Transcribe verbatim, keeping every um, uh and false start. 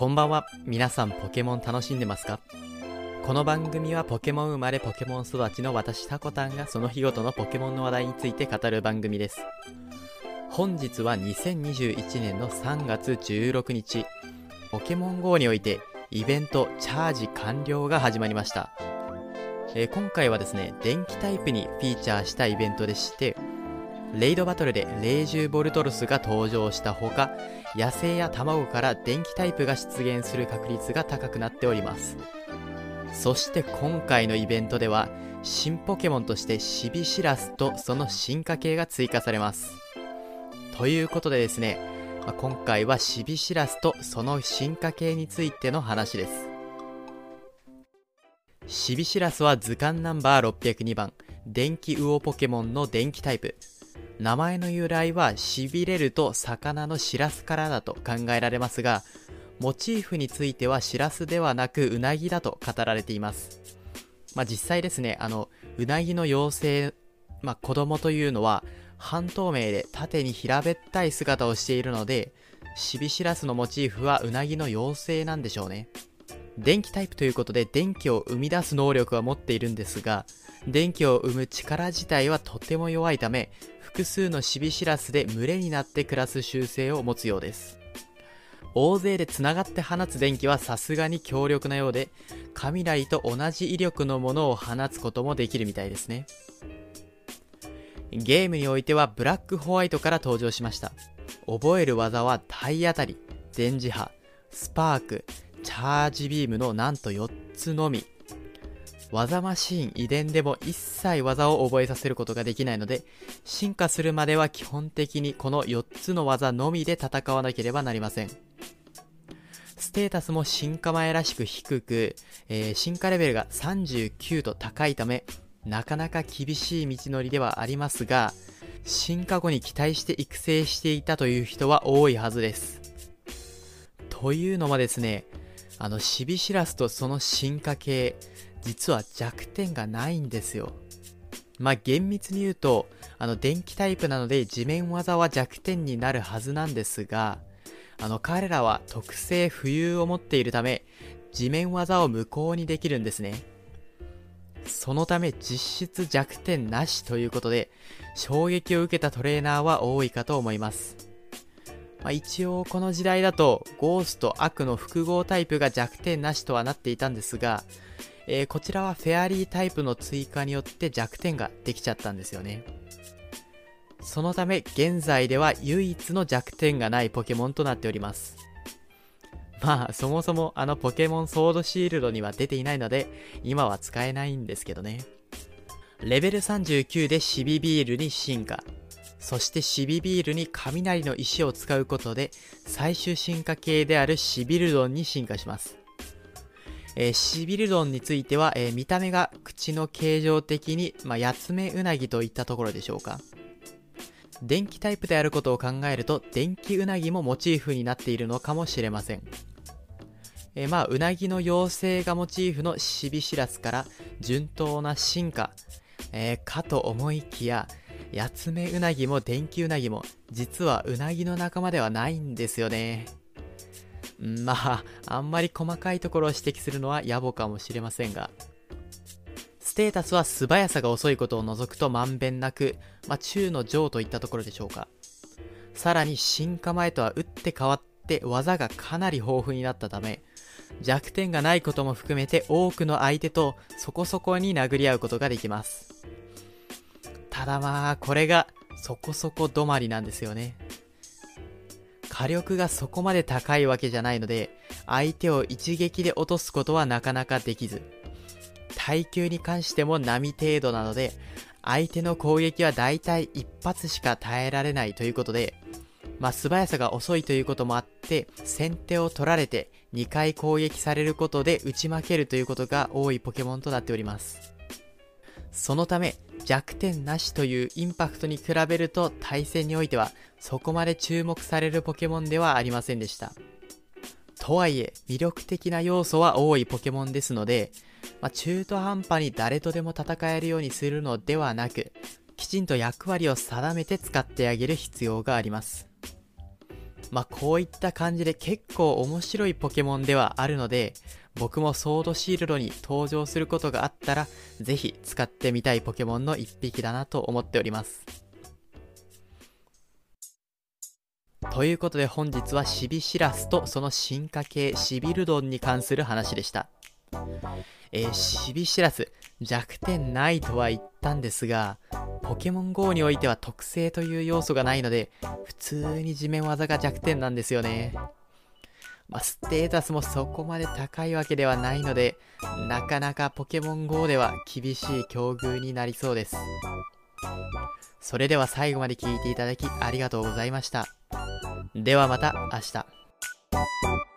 こんばんは。皆さんポケモン楽しんでますか？この番組はポケモン生まれポケモン育ちの私タコタンがその日ごとのポケモンの話題について語る番組です。本日はにせんにじゅういちねんのさんがつじゅうろくにち、ポケモン ゴー においてイベントチャージ完了が始まりました。えー、今回はですね、電気タイプにフィーチャーしたイベントでして、レイドバトルで霊獣ボルトロスが登場したほか、野生や卵から電気タイプが出現する確率が高くなっております。そして今回のイベントでは新ポケモンとしてシビシラスとその進化系が追加されます。ということでですね、まあ、今回はシビシラスとその進化系についての話です。シビシラスは図鑑ナンバーろっぴゃくにばん、電気ウオポケモンの電気タイプ。名前の由来はしびれると魚のシラスからだと考えられますが、モチーフについてはシラスではなくウナギだと語られています。まあ、実際ですね、あのウナギの妖精、まあ、子供というのは半透明で縦に平べったい姿をしているので、シビシラスのモチーフはウナギの妖精なんでしょうね。電気タイプということで電気を生み出す能力は持っているんですが、電気を生む力自体はとても弱いため、複数のシビシラスで群れになって暮らす習性を持つようです。大勢でつながって放つ電気はさすがに強力なようで、雷と同じ威力のものを放つこともできるみたいですね。ゲームにおいてはブラックホワイトから登場しました。覚える技は体当たり、電磁波、スパーク、チャージビームのなんとよっつのみ。技マシーン遺伝でも一切技を覚えさせることができないので、進化するまでは基本的にこのよっつの技のみで戦わなければなりません。ステータスも進化前らしく低く、えー、進化レベルがさんじゅうきゅうと高いため、なかなか厳しい道のりではありますが、進化後に期待して育成していたという人は多いはずです。というのもですね、あのシビシラスとその進化系、実は弱点がないんですよ。まあ厳密に言うと、あの電気タイプなので地面技は弱点になるはずなんですが、あの彼らは特性浮遊を持っているため、地面技を無効にできるんですね。そのため実質弱点なしということで、衝撃を受けたトレーナーは多いかと思います。まあ、一応この時代だとゴースト悪の複合タイプが弱点なしとはなっていたんですが、えー、こちらはフェアリータイプの追加によって弱点ができちゃったんですよね。そのため現在では唯一の弱点がないポケモンとなっております。まあそもそもあのポケモンソードシールドには出ていないので今は使えないんですけどね。レベルさんじゅうきゅうでシビビールに進化、そしてシビビールに雷の石を使うことで最終進化系であるシビルドンに進化します。えー、シビルドンについては、えー、見た目が口の形状的に、まあ、ヤツメウナギといったところでしょうか。電気タイプであることを考えると電気ウナギもモチーフになっているのかもしれません。えー、まあウナギの妖精がモチーフのシビシラスから順当な進化、えー、かと思いきや、ヤツメウナギも電気ウナギも実はウナギの仲間ではないんですよね。まああんまり細かいところを指摘するのは野暮かもしれませんが、ステータスは素早さが遅いことを除くとまんべんなく、まあ、中の上といったところでしょうか。さらに進化前とは打って変わって技がかなり豊富になったため、弱点がないことも含めて多くの相手とそこそこに殴り合うことができます。ただまあこれがそこそこ止まりなんですよね。火力がそこまで高いわけじゃないので、相手を一撃で落とすことはなかなかできず、耐久に関しても並程度なので、相手の攻撃はだいたい一発しか耐えられないということで、まあ素早さが遅いということもあって、先手を取られてにかい攻撃されることで打ち負けるということが多いポケモンとなっております。そのため弱点なしというインパクトに比べると対戦においてはそこまで注目されるポケモンではありませんでした。とはいえ魅力的な要素は多いポケモンですので、まあ、中途半端に誰とでも戦えるようにするのではなく、きちんと役割を定めて使ってあげる必要があります。 まあこういった感じで結構面白いポケモンではあるので、僕もソードシールドに登場することがあったらぜひ使ってみたいポケモンの一匹だなと思っております。ということで本日はシビシラスとその進化系シビルドンに関する話でした。えー、シビシラス弱点ないとは言ったんですが、ポケモン ゴー においては特性という要素がないので普通に地面技が弱点なんですよね。まあ、ステータスもそこまで高いわけではないので、なかなかポケモン ゴー では厳しい境遇になりそうです。それでは最後まで聞いていただきありがとうございました。ではまた明日。